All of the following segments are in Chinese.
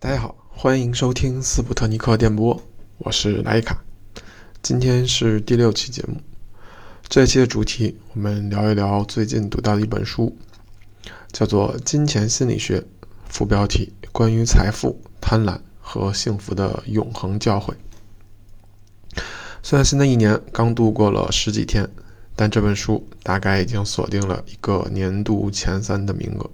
大家好，欢迎收听斯普特尼克电波，我是莱卡。今天是第6期节目，这期的主题我们聊一聊最近读到的一本书，叫做《金钱心理学》，副标题关于财富、贪婪和幸福的永恒教诲。虽然新的一年刚度过了10几天，但这本书大概已经锁定了一个年度前3的名额。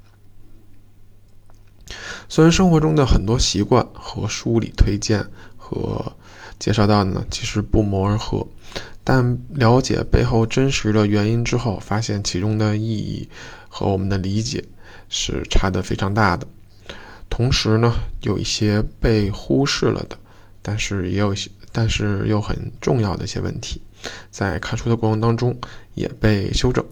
虽然生活中的很多习惯和书里推荐和介绍到的呢，其实不谋而合，但了解背后真实的原因之后，发现其中的意义和我们的理解是差得非常大的。同时呢，有一些被忽视了的，但是又很重要的一些问题，在看书的过程当中也被修正。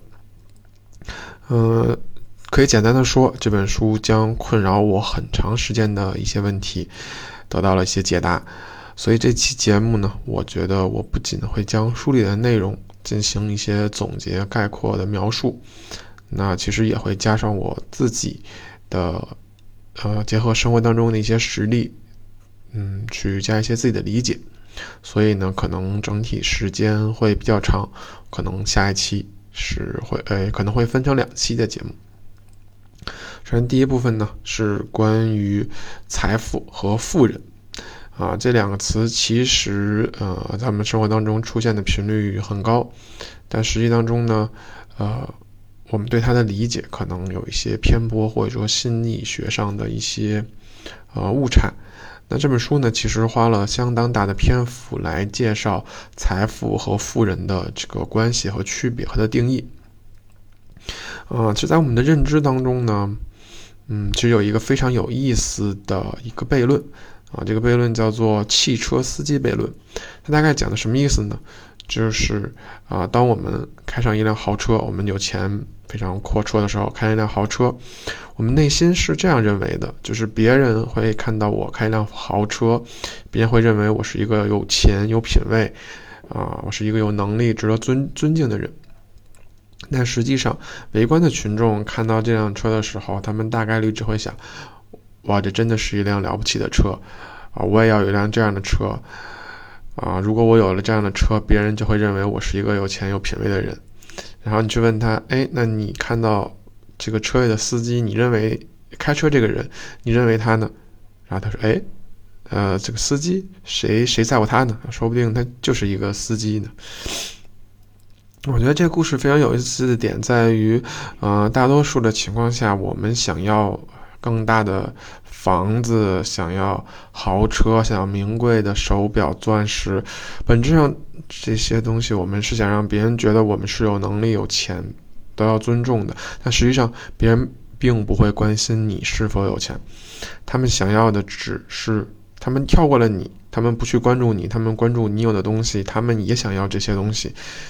可以简单的说，这本书将困扰我很长时间的一些问题得到了一些解答。所以这期节目呢，我觉得我不仅会将书里的内容进行一些总结概括的描述，那其实也会加上我自己的结合生活当中的一些实例，去加一些自己的理解。所以呢，可能整体时间会比较长，可能下一期可能会分成2期的节目。首先第一部分呢，是关于财富和富人这2个词其实在我们生活当中出现的频率很高，但实际当中呢我们对它的理解可能有一些偏颇，或者说心理学上的一些误差。那这本书呢，其实花了相当大的篇幅来介绍财富和富人的这个关系和区别和它的定义。其实在我们的认知当中呢，其实有一个非常有意思的一个悖论这个悖论叫做汽车司机悖论。它大概讲的什么意思呢？就是当我们开上一辆豪车，我们有钱非常阔绰的时候，开一辆豪车，我们内心是这样认为的，就是别人会看到我开一辆豪车，别人会认为我是一个有钱有品位我是一个有能力值得尊敬的人。但实际上围观的群众看到这辆车的时候，他们大概率只会想，哇，这真的是一辆了不起的车我也要有一辆这样的车如果我有了这样的车，别人就会认为我是一个有钱有品位的人。然后你去问他，那你看到这个车里的司机，你认为开车这个人，你认为他呢？然后他说这个司机谁在乎他呢？说不定他就是一个司机呢。我觉得这个故事非常有意思的点在于大多数的情况下，我们想要更大的房子，想要豪车，想要名贵的手表钻石，本质上这些东西我们是想让别人觉得我们是有能力有钱，都要尊重的。但实际上别人并不会关心你是否有钱，他们想要的只是他们跳过了你，他们不去关注你，他们关注你有的东西，他们也想要这些东西。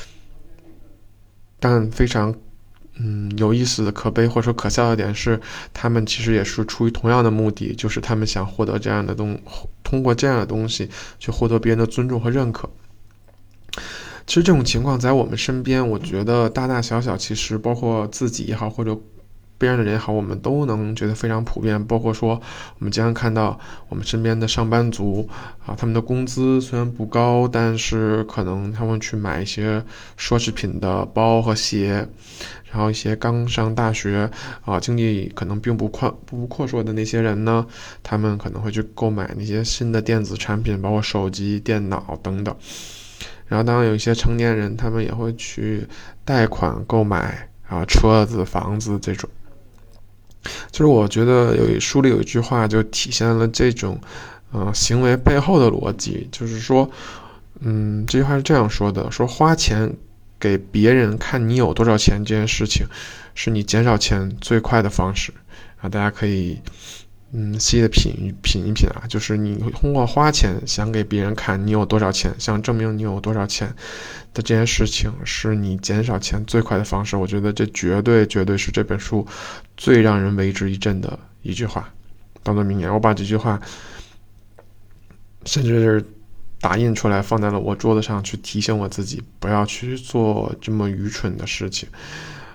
但非常有意思的可悲或者说可笑的点是，他们其实也是出于同样的目的，就是他们想获得这样的通过这样的东西去获得别人的尊重和认可。其实这种情况在我们身边，我觉得大大小小，其实包括自己也好，或者别人的人也好，我们都能觉得非常普遍。包括说我们经常看到我们身边的上班族他们的工资虽然不高，但是可能他们去买一些奢侈品的包和鞋，然后一些刚上大学经济可能并不阔绰的那些人呢，他们可能会去购买那些新的电子产品，包括手机、电脑等等。然后当然有一些成年人，他们也会去贷款购买车子、房子这种。就是我觉得书里有一句话就体现了这种行为背后的逻辑，就是说这句话是这样说的，说花钱给别人看你有多少钱这件事情是你减少钱最快的方式大家可以细的品一品就是你通过花钱想给别人看你有多少钱，想证明你有多少钱的这件事情是你减少钱最快的方式。我觉得这绝对是这本书最让人为之一振的一句话，当作名言。我把这句话甚至是打印出来放在了我桌子上，去提醒我自己不要去做这么愚蠢的事情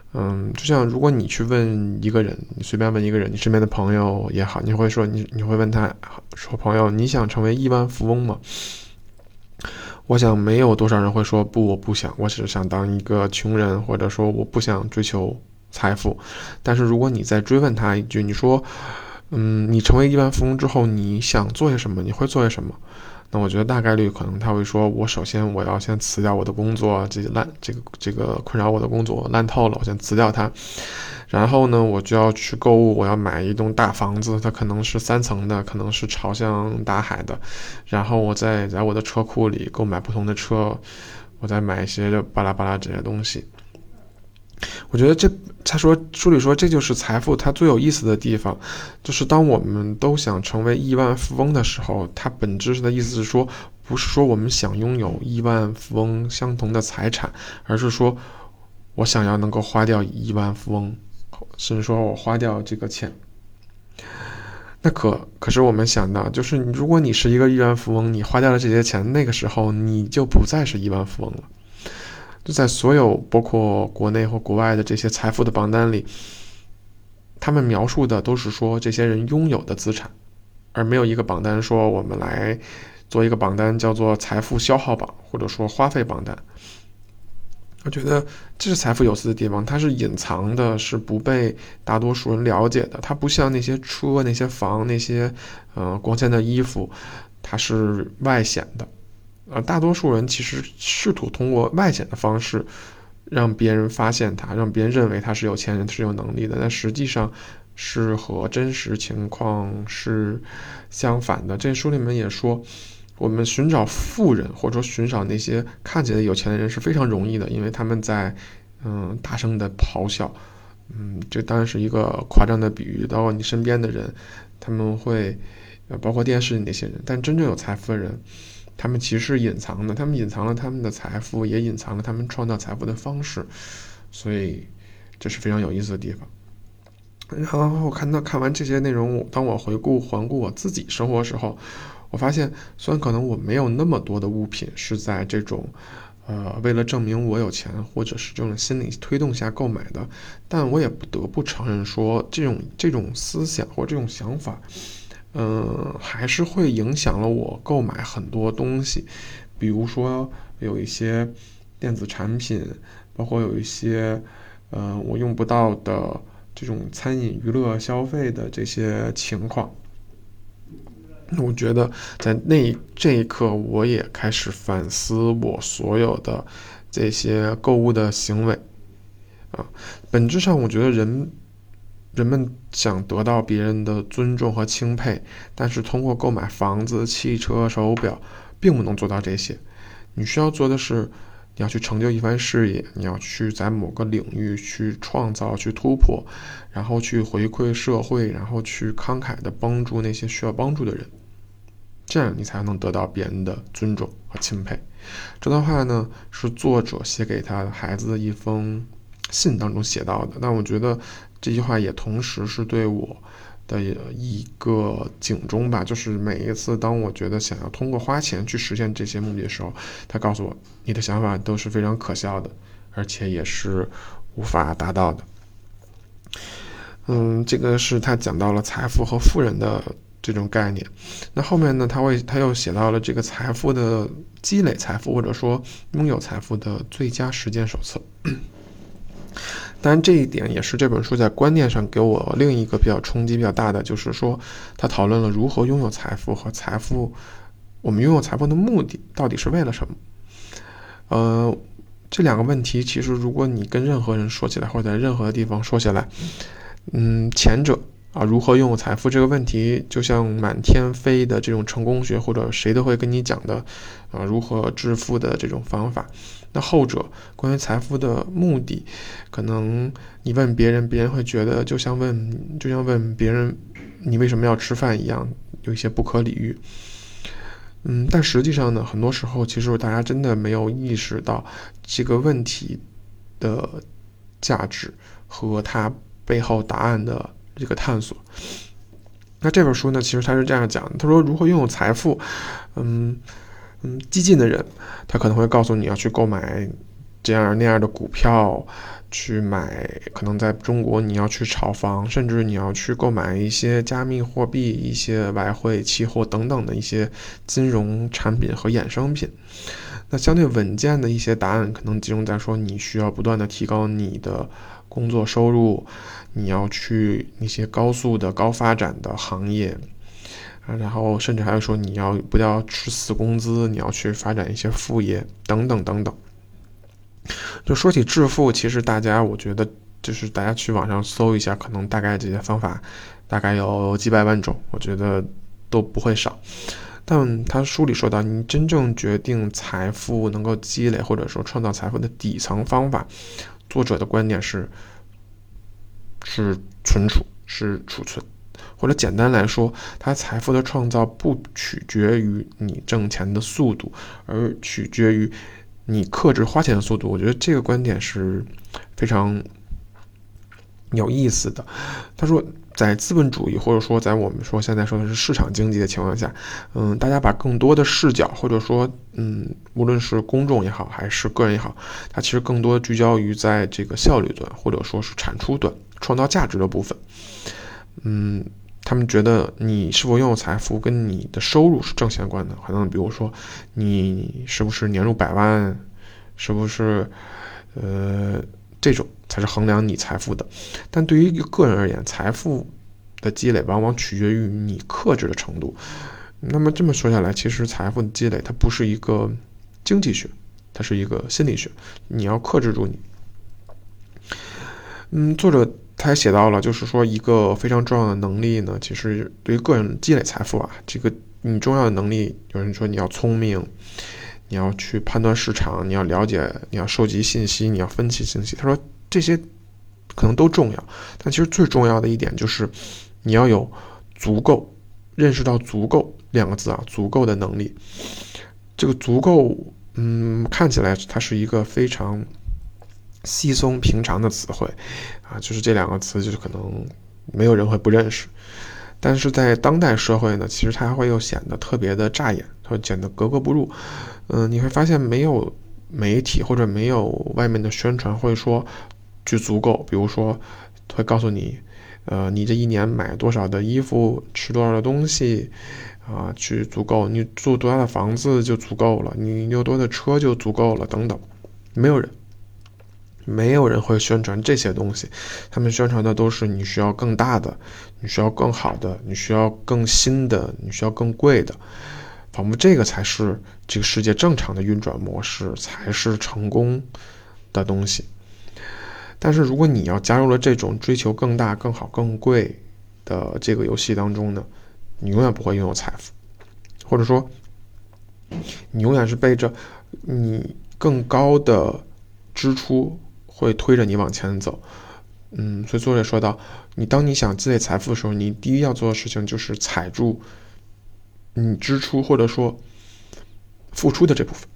就像如果你去问一个人，你随便问一个人，你身边的朋友也好，你会说你会问他说，朋友，你想成为亿万富翁吗？我想没有多少人会说不，我不想，我只是想当一个穷人，或者说我不想追求财富。但是如果你再追问他一句，你说你成为亿万富翁之后你想做些什么，你会做些什么？那我觉得大概率可能他会说，我首先我要先辞掉我的工作，这个困扰我的工作烂透了，我先辞掉它。然后呢，我就要去购物，我要买一栋大房子，它可能是3层的，可能是朝向大海的。然后我再在我的车库里购买不同的车，我再买一些巴拉巴拉这些东西。我觉得书里说这就是财富它最有意思的地方，就是当我们都想成为亿万富翁的时候，它本质的意思是说，不是说我们想拥有亿万富翁相同的财产，而是说我想要能够花掉亿万富翁，甚至说我花掉这个钱。那可是我们想到，就是如果你是一个亿万富翁，你花掉了这些钱，那个时候你就不再是亿万富翁了。就在所有包括国内或国外的这些财富的榜单里，他们描述的都是说这些人拥有的资产，而没有一个榜单说我们来做一个榜单叫做财富消耗榜，或者说花费榜单。我觉得这是财富有趣的地方，它是隐藏的，是不被大多数人了解的。它不像那些车、那些房、那些光鲜的衣服，它是外显的。大多数人其实试图通过外显的方式让别人发现他，让别人认为他是有钱人，是有能力的，但实际上是和真实情况是相反的。这书里面也说，我们寻找富人或者说寻找那些看起来有钱的人是非常容易的，因为他们在大声的咆哮。这当然是一个夸张的比喻，包括你身边的人，他们会包括电视里那些人，但真正有财富的人，他们其实是隐藏的，他们隐藏了他们的财富，也隐藏了他们创造财富的方式，所以这是非常有意思的地方。然后我看完这些内容，当我环顾我自己生活的时候，我发现虽然可能我没有那么多的物品是在这种为了证明我有钱或者是这种心理推动下购买的，但我也不得不承认说这种思想或这种想法还是会影响了我购买很多东西。比如说有一些电子产品，包括有一些我用不到的这种餐饮娱乐消费的这些情况。我觉得在这一刻，我也开始反思我所有的这些购物的行为本质上我觉得人们想得到别人的尊重和钦佩，但是通过购买房子、汽车、手表并不能做到这些。你需要做的是，你要去成就一番事业，你要去在某个领域去创造、去突破，然后去回馈社会，然后去慷慨的帮助那些需要帮助的人，这样你才能得到别人的尊重和钦佩。这段话呢，是作者写给他的孩子的一封信当中写到的，但我觉得这句话也同时是对我的一个警钟吧，就是每一次当我觉得想要通过花钱去实现这些目的的时候，他告诉我，你的想法都是非常可笑的，而且也是无法达到的。这个是他讲到了财富和富人的这种概念。那后面呢，他又写到了这个财富的积累财富或者说拥有财富的最佳实践手册。当然这一点也是这本书在观念上给我另一个比较冲击比较大的，就是说他讨论了如何拥有财富和我们拥有财富的目的到底是为了什么。这两个问题其实如果你跟任何人说起来，或者在任何地方说起来，前者如何拥有财富这个问题就像满天飞的这种成功学，或者谁都会跟你讲的如何致富的这种方法。那后者关于财富的目的，可能你问别人，别人会觉得就像问别人你为什么要吃饭一样，有一些不可理喻。但实际上呢，很多时候其实大家真的没有意识到这个问题的价值和它背后答案的这个探索。那这本书呢，其实他是这样讲的，他说如何拥有财富，激进的人他可能会告诉你要去购买这样那样的股票， 去买，可能在中国你要去炒房，甚至你要去购买一些加密货币、一些外汇、期货等等的一些金融产品和衍生品。那相对稳健的一些答案可能集中在说，你需要不断的提高你的工作收入，你要去一些高速的高发展的行业，然后甚至还有说你不要吃死工资，你要去发展一些副业等等等等。就说起致富，其实我觉得就是大家去网上搜一下，可能大概这些方法大概有几百万种，我觉得都不会少。但他书里说到，你真正决定财富能够积累或者说创造财富的底层方法，作者的观点是存储，是储存。或者简单来说，他财富的创造不取决于你挣钱的速度，而取决于你克制花钱的速度。我觉得这个观点是非常有意思的。他说，在资本主义或者说在我们现在说的是市场经济的情况下，大家把更多的视角或者说无论是公众也好还是个人也好，它其实更多聚焦于在这个效率端或者说是产出端创造价值的部分。他们觉得你是否拥有财富跟你的收入是正相关的，可能比如说你是不是年入100万，是不是这种才是衡量你财富的。但对于一个个人而言，财富的积累往往取决于你克制的程度。那么这么说下来，其实财富的积累它不是一个经济学，它是一个心理学，你要克制住你。作者他也写到了，就是说一个非常重要的能力呢，其实对于个人积累财富啊，这个你重要的能力，有人说你要聪明，你要去判断市场，你要了解，你要收集信息，你要分析信息。他说这些可能都重要，但其实最重要的一点就是你要有足够认识到足够2个字啊，足够的能力。这个足够看起来它是一个非常稀松平常的词汇啊，就是这2个词就是可能没有人会不认识，但是在当代社会呢，其实它会又显得特别的扎眼，会显得格格不入。你会发现没有媒体或者没有外面的宣传会说去足够，比如说会告诉你你这一年买多少的衣服，吃多少的东西去足够，你住多大的房子就足够了，你有多的车就足够了等等。没有人会宣传这些东西，他们宣传的都是你需要更大的，你需要更好的，你需要更新的，你需要更贵的，仿佛这个才是这个世界正常的运转模式，才是成功的东西。但是如果你要加入了这种追求更大、更好、更贵的这个游戏当中呢，你永远不会拥有财富，或者说你永远是背着你更高的支出会推着你往前走。所以作者说到，当你想积累财富的时候，你第一要做的事情就是踩住你支出或者说付出的这部分。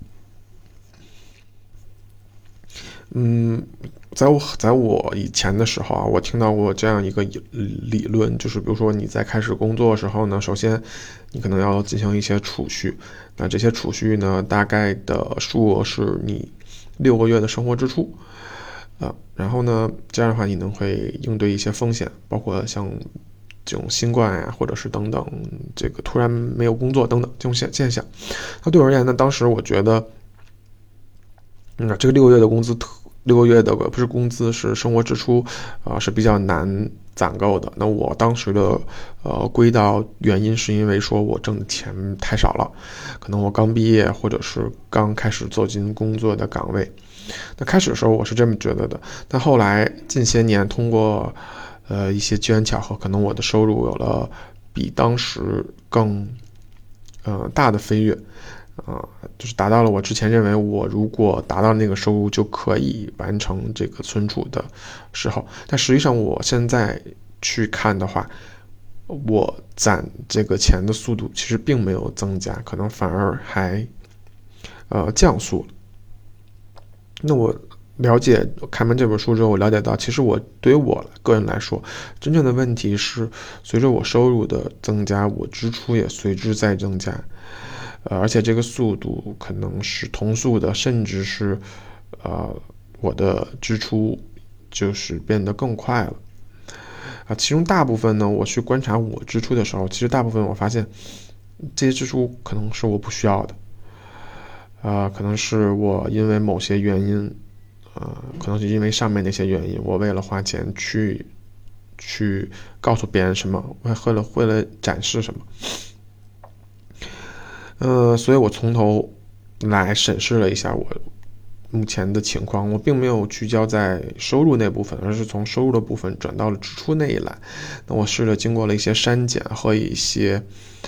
在我以前的时候啊，我听到过这样一个理论，就是比如说你在开始工作的时候呢，首先你可能要进行一些储蓄，那这些储蓄呢，大概的数额是你6个月的生活支出然后呢，这样的话你能会应对一些风险，包括像这种新冠呀，或者是等等这个突然没有工作等等这种现象。那对我而言呢，当时我觉得这个6个月的工资6个月的不是工资，是生活支出是比较难攒够的。那我当时的归到原因是因为说我挣的钱太少了，可能我刚毕业或者是刚开始走进工作的岗位。那开始的时候我是这么觉得的，但后来近些年通过一些机缘巧合，可能我的收入有了比当时更大的飞跃。就是达到了我之前认为我如果达到那个收入就可以完成这个存储的时候，但实际上我现在去看的话，我攒这个钱的速度其实并没有增加，可能反而还降速了。那我看完这本书之后，我了解到，其实对于我个人来说，真正的问题是随着我收入的增加，我支出也随之在增加。而且这个速度可能是同速的，甚至是我的支出就是变得更快了其中大部分呢，我去观察我支出的时候，其实大部分我发现这些支出可能是我不需要的可能是我因为某些原因可能是因为上面那些原因，我为了花钱去告诉别人什么，为了展示什么所以我从头来审视了一下我目前的情况，我并没有聚焦在收入那部分，而是从收入的部分转到了支出那一栏。那我试着经过了一些删减和一些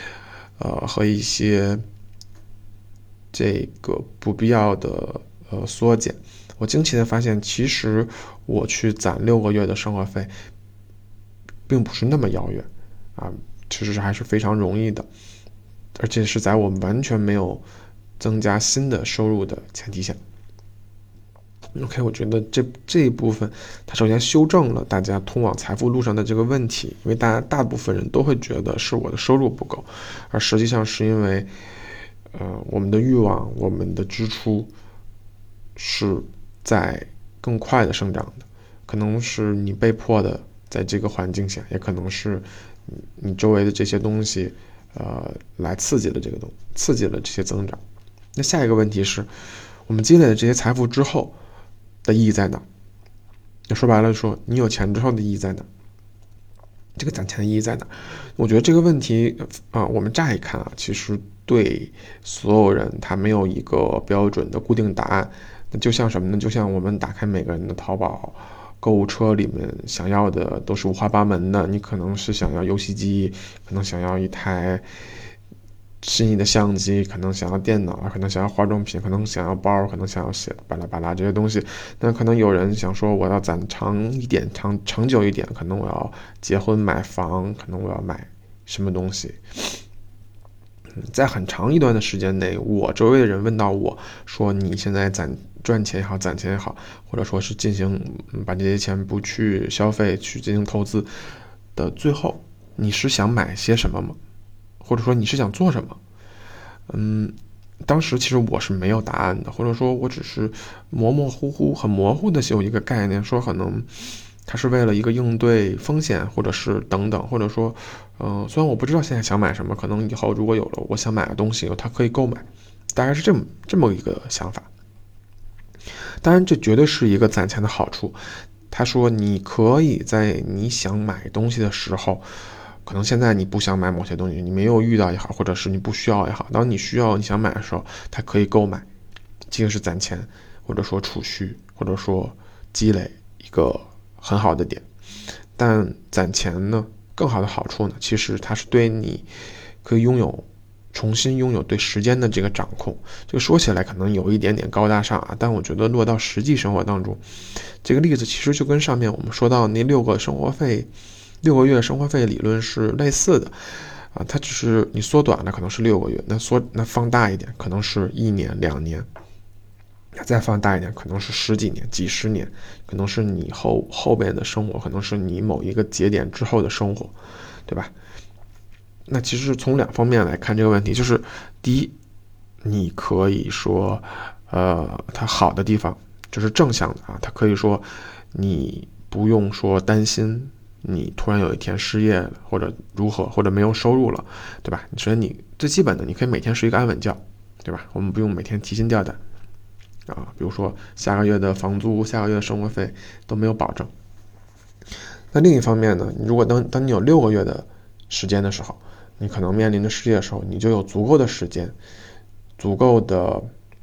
这个不必要的缩减，我惊奇的发现，其实我去攒6个月的生活费，并不是那么遥远其实还是非常容易的，而且是在我们完全没有增加新的收入的前提下。OK， 我觉得这一部分，它首先修正了大家通往财富路上的这个问题，因为大部分人都会觉得是我的收入不够，而实际上是因为，我们的欲望、我们的支出是在更快的生长的，可能是你被迫的在这个环境下，也可能是你周围的这些东西，来刺激了这些增长。那下一个问题是，我们积累了这些财富之后的意义在哪？说白了说，你有钱之后的意义在哪？这个攒钱的意义在哪？我觉得这个问题我们乍一看其实对所有人他没有一个标准的固定答案。那就像什么呢？就像我们打开每个人的淘宝购物车里面，想要的都是五花八门的。你可能是想要游戏机，可能想要一台心仪的相机，可能想要电脑，可能想要化妆品，可能想要包，可能想要写巴拉巴拉这些东西。那可能有人想说我要攒长一点，长久一点，可能我要结婚买房，可能我要买什么东西。在很长一段的时间内，我周围的人问到我说，你现在赚钱也好，攒钱也好，或者说是进行把这些钱不去消费，去进行投资的最后，你是想买些什么吗？或者说你是想做什么？当时其实我是没有答案的，或者说我只是模模糊糊、很模糊的有一个概念，说可能它是为了一个应对风险，或者是等等，或者说，虽然我不知道现在想买什么，可能以后如果有了我想买的东西，它可以购买，大概是这么一个想法。当然，这绝对是一个攒钱的好处。他说，你可以在你想买东西的时候，可能现在你不想买某些东西，你没有遇到也好，或者是你不需要也好，当你需要你想买的时候，它可以购买。这个是攒钱，或者说储蓄，或者说积累一个很好的点。但攒钱呢，更好的好处呢，其实它是对你可以重新拥有对时间的这个掌控。这个说起来可能有一点点高大上但我觉得落到实际生活当中，这个例子其实就跟上面我们说到那6个月生活费理论是类似的它只是你缩短了可能是6个月，那放大一点可能是1年2年，再放大一点可能是10几年几十年，可能是你后边的生活，可能是你某一个节点之后的生活，对吧？那其实从2方面来看这个问题，就是第一，你可以说它好的地方就是正向的它可以说你不用说担心你突然有一天失业了，或者如何，或者没有收入了，对吧？首先你最基本的，你可以每天睡一个安稳觉，对吧？我们不用每天提心吊胆比如说下个月的房租、下个月的生活费都没有保证。那另一方面呢，如果当你有6个月的时间的时候，你可能面临着失业的时候，你就有足够的时间，足够的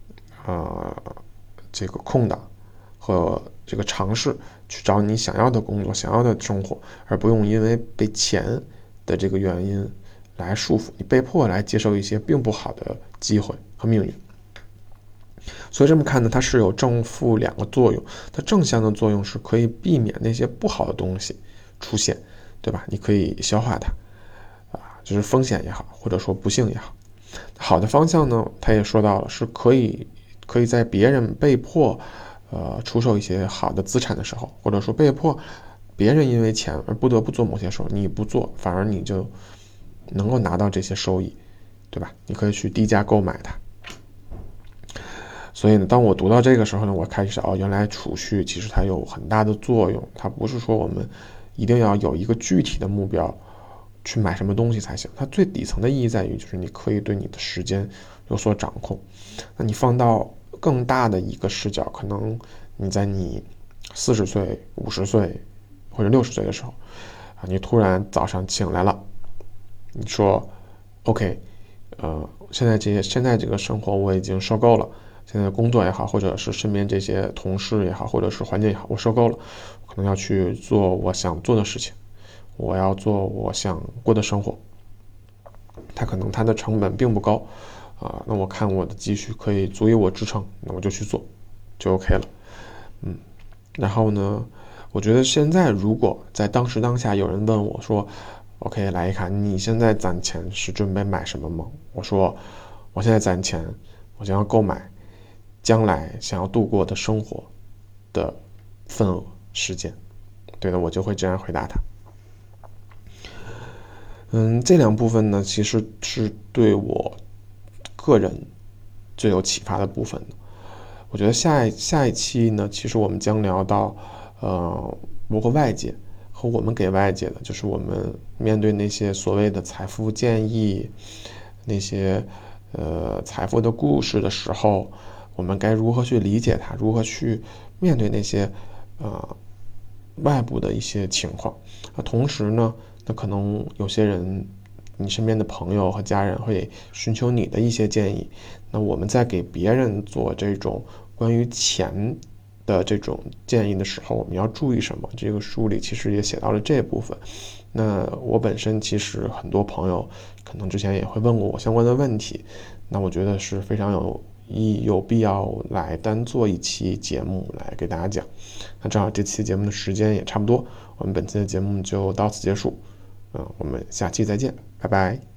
这个空档和这个尝试去找你想要的工作、想要的生活，而不用因为被钱的这个原因来束缚你，被迫来接受一些并不好的机会和命运。所以这么看呢，它是有正负2个作用。它正向的作用是可以避免那些不好的东西出现，对吧？你可以消化它就是风险也好，或者说不幸也好。好的方向呢，他也说到了，是可以在别人被迫出售一些好的资产的时候，或者说被迫别人因为钱而不得不做某些事，你不做，反而你就能够拿到这些收益，对吧？你可以去低价购买它。 所以呢，当我读到这个时候呢，我开始原来储蓄其实它有很大的作用，它不是说我们一定要有一个具体的目标去买什么东西才行，它最底层的意义在于就是你可以对你的时间有所掌控。那你放到更大的一个视角，可能你在你40岁、50岁或者60岁的时候你突然早上醒来了，你说 OK，现在这个生活我已经受够了，现在工作也好，或者是身边这些同事也好，或者是环境也好，我受够了，可能要去做我想做的事情，我要做我想过的生活。它可能它的成本并不高那我看我的积蓄可以足以我支撑，那我就去做，就 OK 了。然后呢，我觉得现在如果在当时当下有人问我说 OK， 来一看你现在攒钱是准备买什么吗？我说我现在攒钱，我想要购买将来想要度过的生活的份额时间。对的，我就会这样回答他。这两部分呢，其实是对我个人最有启发的部分的。我觉得下一期呢，其实我们将聊到包括外界和我们给外界的，就是我们面对那些所谓的财富建议，那些财富的故事的时候，我们该如何去理解它，如何去面对那些外部的一些情况。同时呢，那可能有些人，你身边的朋友和家人会寻求你的一些建议，那我们在给别人做这种关于钱的这种建议的时候，我们要注意什么？这个书里其实也写到了这部分。那我本身其实很多朋友可能之前也会问过我相关的问题，那我觉得是非常有必要来单做一期节目来给大家讲。那正好这期节目的时间也差不多，我们本期的节目就到此结束。我们下期再见，拜拜。